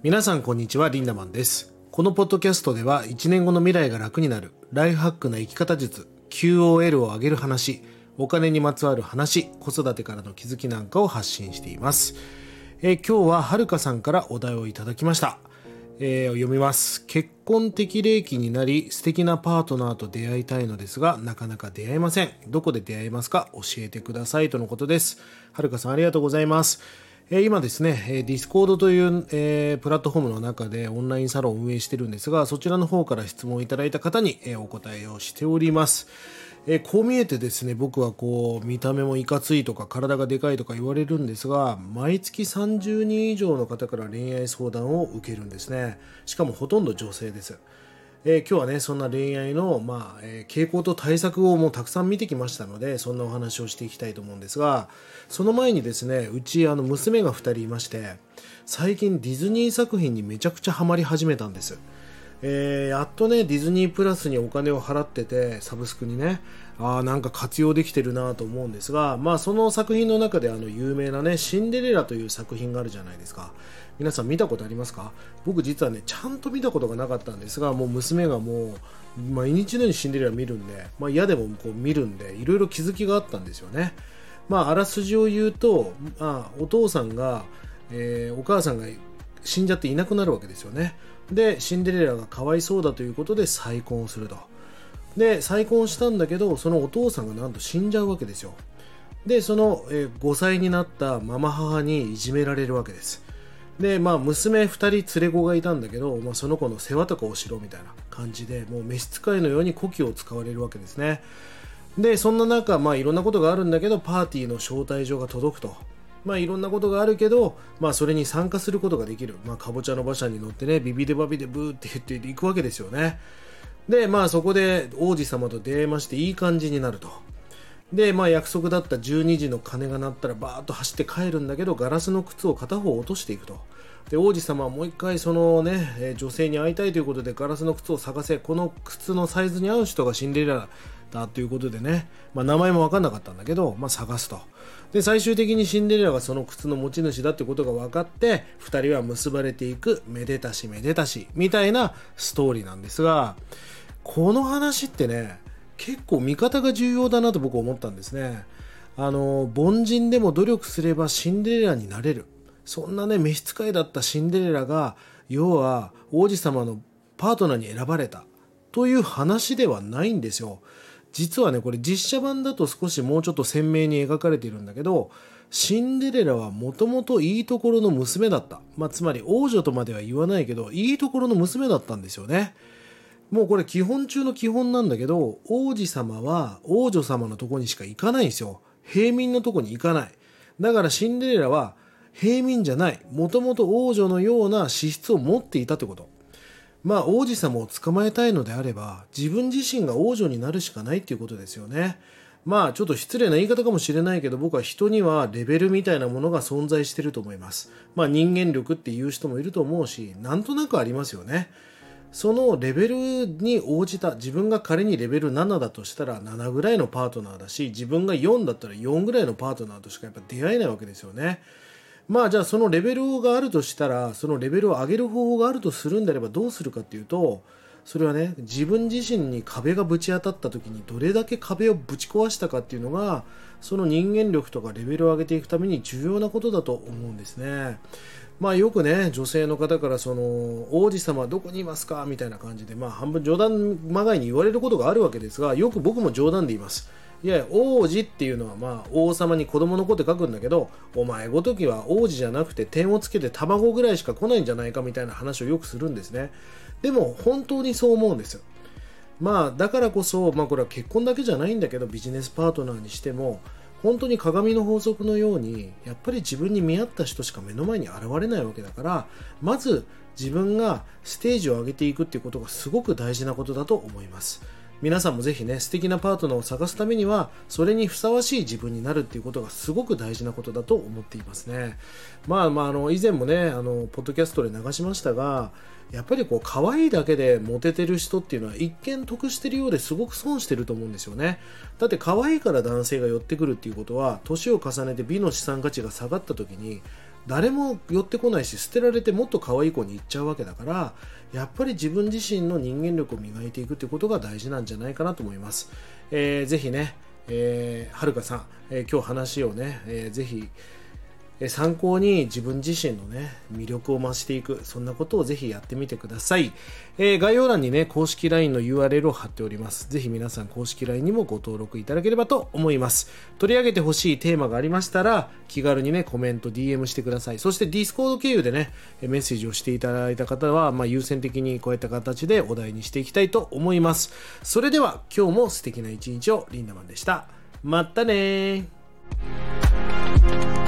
皆さんこんにちは、リンダマンです。このポッドキャストでは1年後の未来が楽になるライフハックな生き方術 QOL を上げる話、お金にまつわる話、子育てからの気づきなんかを発信しています。今日ははるかさんからお題をいただきました。読みます。結婚適齢期になり素敵なパートナーと出会いたいのですがなかなか出会えません。どこで出会えますか教えてくださいとのことです。はるかさんありがとうございます。今ですね、ディスコードという、プラットフォームの中でオンラインサロンを運営しているんですが、そちらの方から質問をいただいた方に、お答えをしております。こう見えてですね、僕は見た目もいかついとか体がでかいとか言われるんですが、毎月30人以上の方から恋愛相談を受けるんですね。しかもほとんど女性です。今日はね、そんな恋愛の、傾向と対策をもうたくさん見てきましたので、そんなお話をしていきたいと思うんですが、その前にですね、うち娘が2人いまして、最近ディズニー作品にめちゃくちゃハマり始めたんです。やっとね、ディズニープラスにお金を払ってて、サブスクにね、なんか活用できてるなと思うんですが、その作品の中で有名なね、シンデレラという作品があるじゃないですか。皆さん見たことありますか？僕実はね、ちゃんと見たことがなかったんですが、もう娘がもう毎日のようにシンデレラ見るんで、嫌でも見るんで、いろいろ気づきがあったんですよね。あらすじを言うと、お父さんが、お母さんが死んじゃっていなくなるわけですよね。で、シンデレラがかわいそうだということで再婚をすると。で、再婚したんだけど、そのお父さんがなんと死んじゃうわけですよ。で、その、5歳になったママ母にいじめられるわけです。で、娘2人連れ子がいたんだけど、その子の世話とかをしろみたいな感じで、もう召使いのようにこきを使われるわけですね。で、そんな中、いろんなことがあるんだけど、パーティーの招待状が届くと。いろんなことがあるけど、それに参加することができる。かぼちゃの馬車に乗ってね、ビビデバビデブーって言っていくわけですよね。で、そこで王子様と出会いまして、いい感じになると。で、約束だった12時の鐘が鳴ったらバーッと走って帰るんだけど、ガラスの靴を片方落としていくと。で、王子様はもう一回そのね、女性に会いたいということでガラスの靴を探せ、この靴のサイズに合う人がシンデレラだということでね、名前も分かんなかったんだけど、探すと。で、最終的にシンデレラがその靴の持ち主だってことが分かって、2人は結ばれていく、めでたしめでたしみたいなストーリーなんですが、この話ってね、結構見方が重要だなと僕は思ったんですね。凡人でも努力すればシンデレラになれる。そんなね、召使いだったシンデレラが、要は王子様のパートナーに選ばれたという話ではないんですよ。実はね、これ実写版だと少しもうちょっと鮮明に描かれているんだけど、シンデレラはもともといいところの娘だった。つまり王女とまでは言わないけど、いいところの娘だったんですよね。もうこれ基本中の基本なんだけど、王子様は王女様のとこにしか行かないんですよ。平民のとこに行かない。だからシンデレラは平民じゃない。もともと王女のような資質を持っていたということ。王子様を捕まえたいのであれば、自分自身が王女になるしかないっていうことですよね。ちょっと失礼な言い方かもしれないけど、僕は人にはレベルみたいなものが存在していると思います。人間力っていう人もいると思うし、なんとなくありますよね。そのレベルに応じた、自分が仮にレベル7だとしたら7ぐらいのパートナーだし、自分が4だったら4ぐらいのパートナーとしかやっぱ出会えないわけですよね。じゃあそのレベルがあるとしたら、そのレベルを上げる方法があるとするんであればどうするかっていうと、それはね、自分自身に壁がぶち当たった時にどれだけ壁をぶち壊したかっていうのが、その人間力とかレベルを上げていくために重要なことだと思うんですね。よくね、女性の方から王子様はどこにいますかみたいな感じで、半分冗談まがいに言われることがあるわけですが、よく僕も冗談で言います。いや、王子っていうのは王様に子供の子って書くんだけど、お前ごときは王子じゃなくて点をつけて卵ぐらいしか来ないんじゃないかみたいな話をよくするんですね。でも本当にそう思うんですよ。だからこそ、これは結婚だけじゃないんだけど、ビジネスパートナーにしても本当に鏡の法則のように、やっぱり自分に見合った人しか目の前に現れないわけだから、まず自分がステージを上げていくっていうことがすごく大事なことだと思います。皆さんもぜひね、素敵なパートナーを探すためには、それにふさわしい自分になるっていうことがすごく大事なことだと思っていますね。以前もね、ポッドキャストで流しましたが、やっぱり可愛いだけでモテてる人っていうのは一見得してるようですごく損してると思うんですよね。だって可愛いから男性が寄ってくるっていうことは、年を重ねて美の資産価値が下がった時に誰も寄ってこないし、捨てられてもっと可愛い子に行っちゃうわけだから、やっぱり自分自身の人間力を磨いていくってことが大事なんじゃないかなと思います。ぜひね、はるかさん、今日話をね、ぜひ参考に自分自身のね魅力を増していく、そんなことをぜひやってみてください。概要欄にね公式 LINE の URL を貼っております。ぜひ皆さん公式 LINE にもご登録いただければと思います。取り上げてほしいテーマがありましたら気軽にねコメント DM してください。そして Discord 経由でねメッセージをしていただいた方は、優先的にこういった形でお題にしていきたいと思います。それでは今日も素敵な一日を。リンダマンでした。またねー。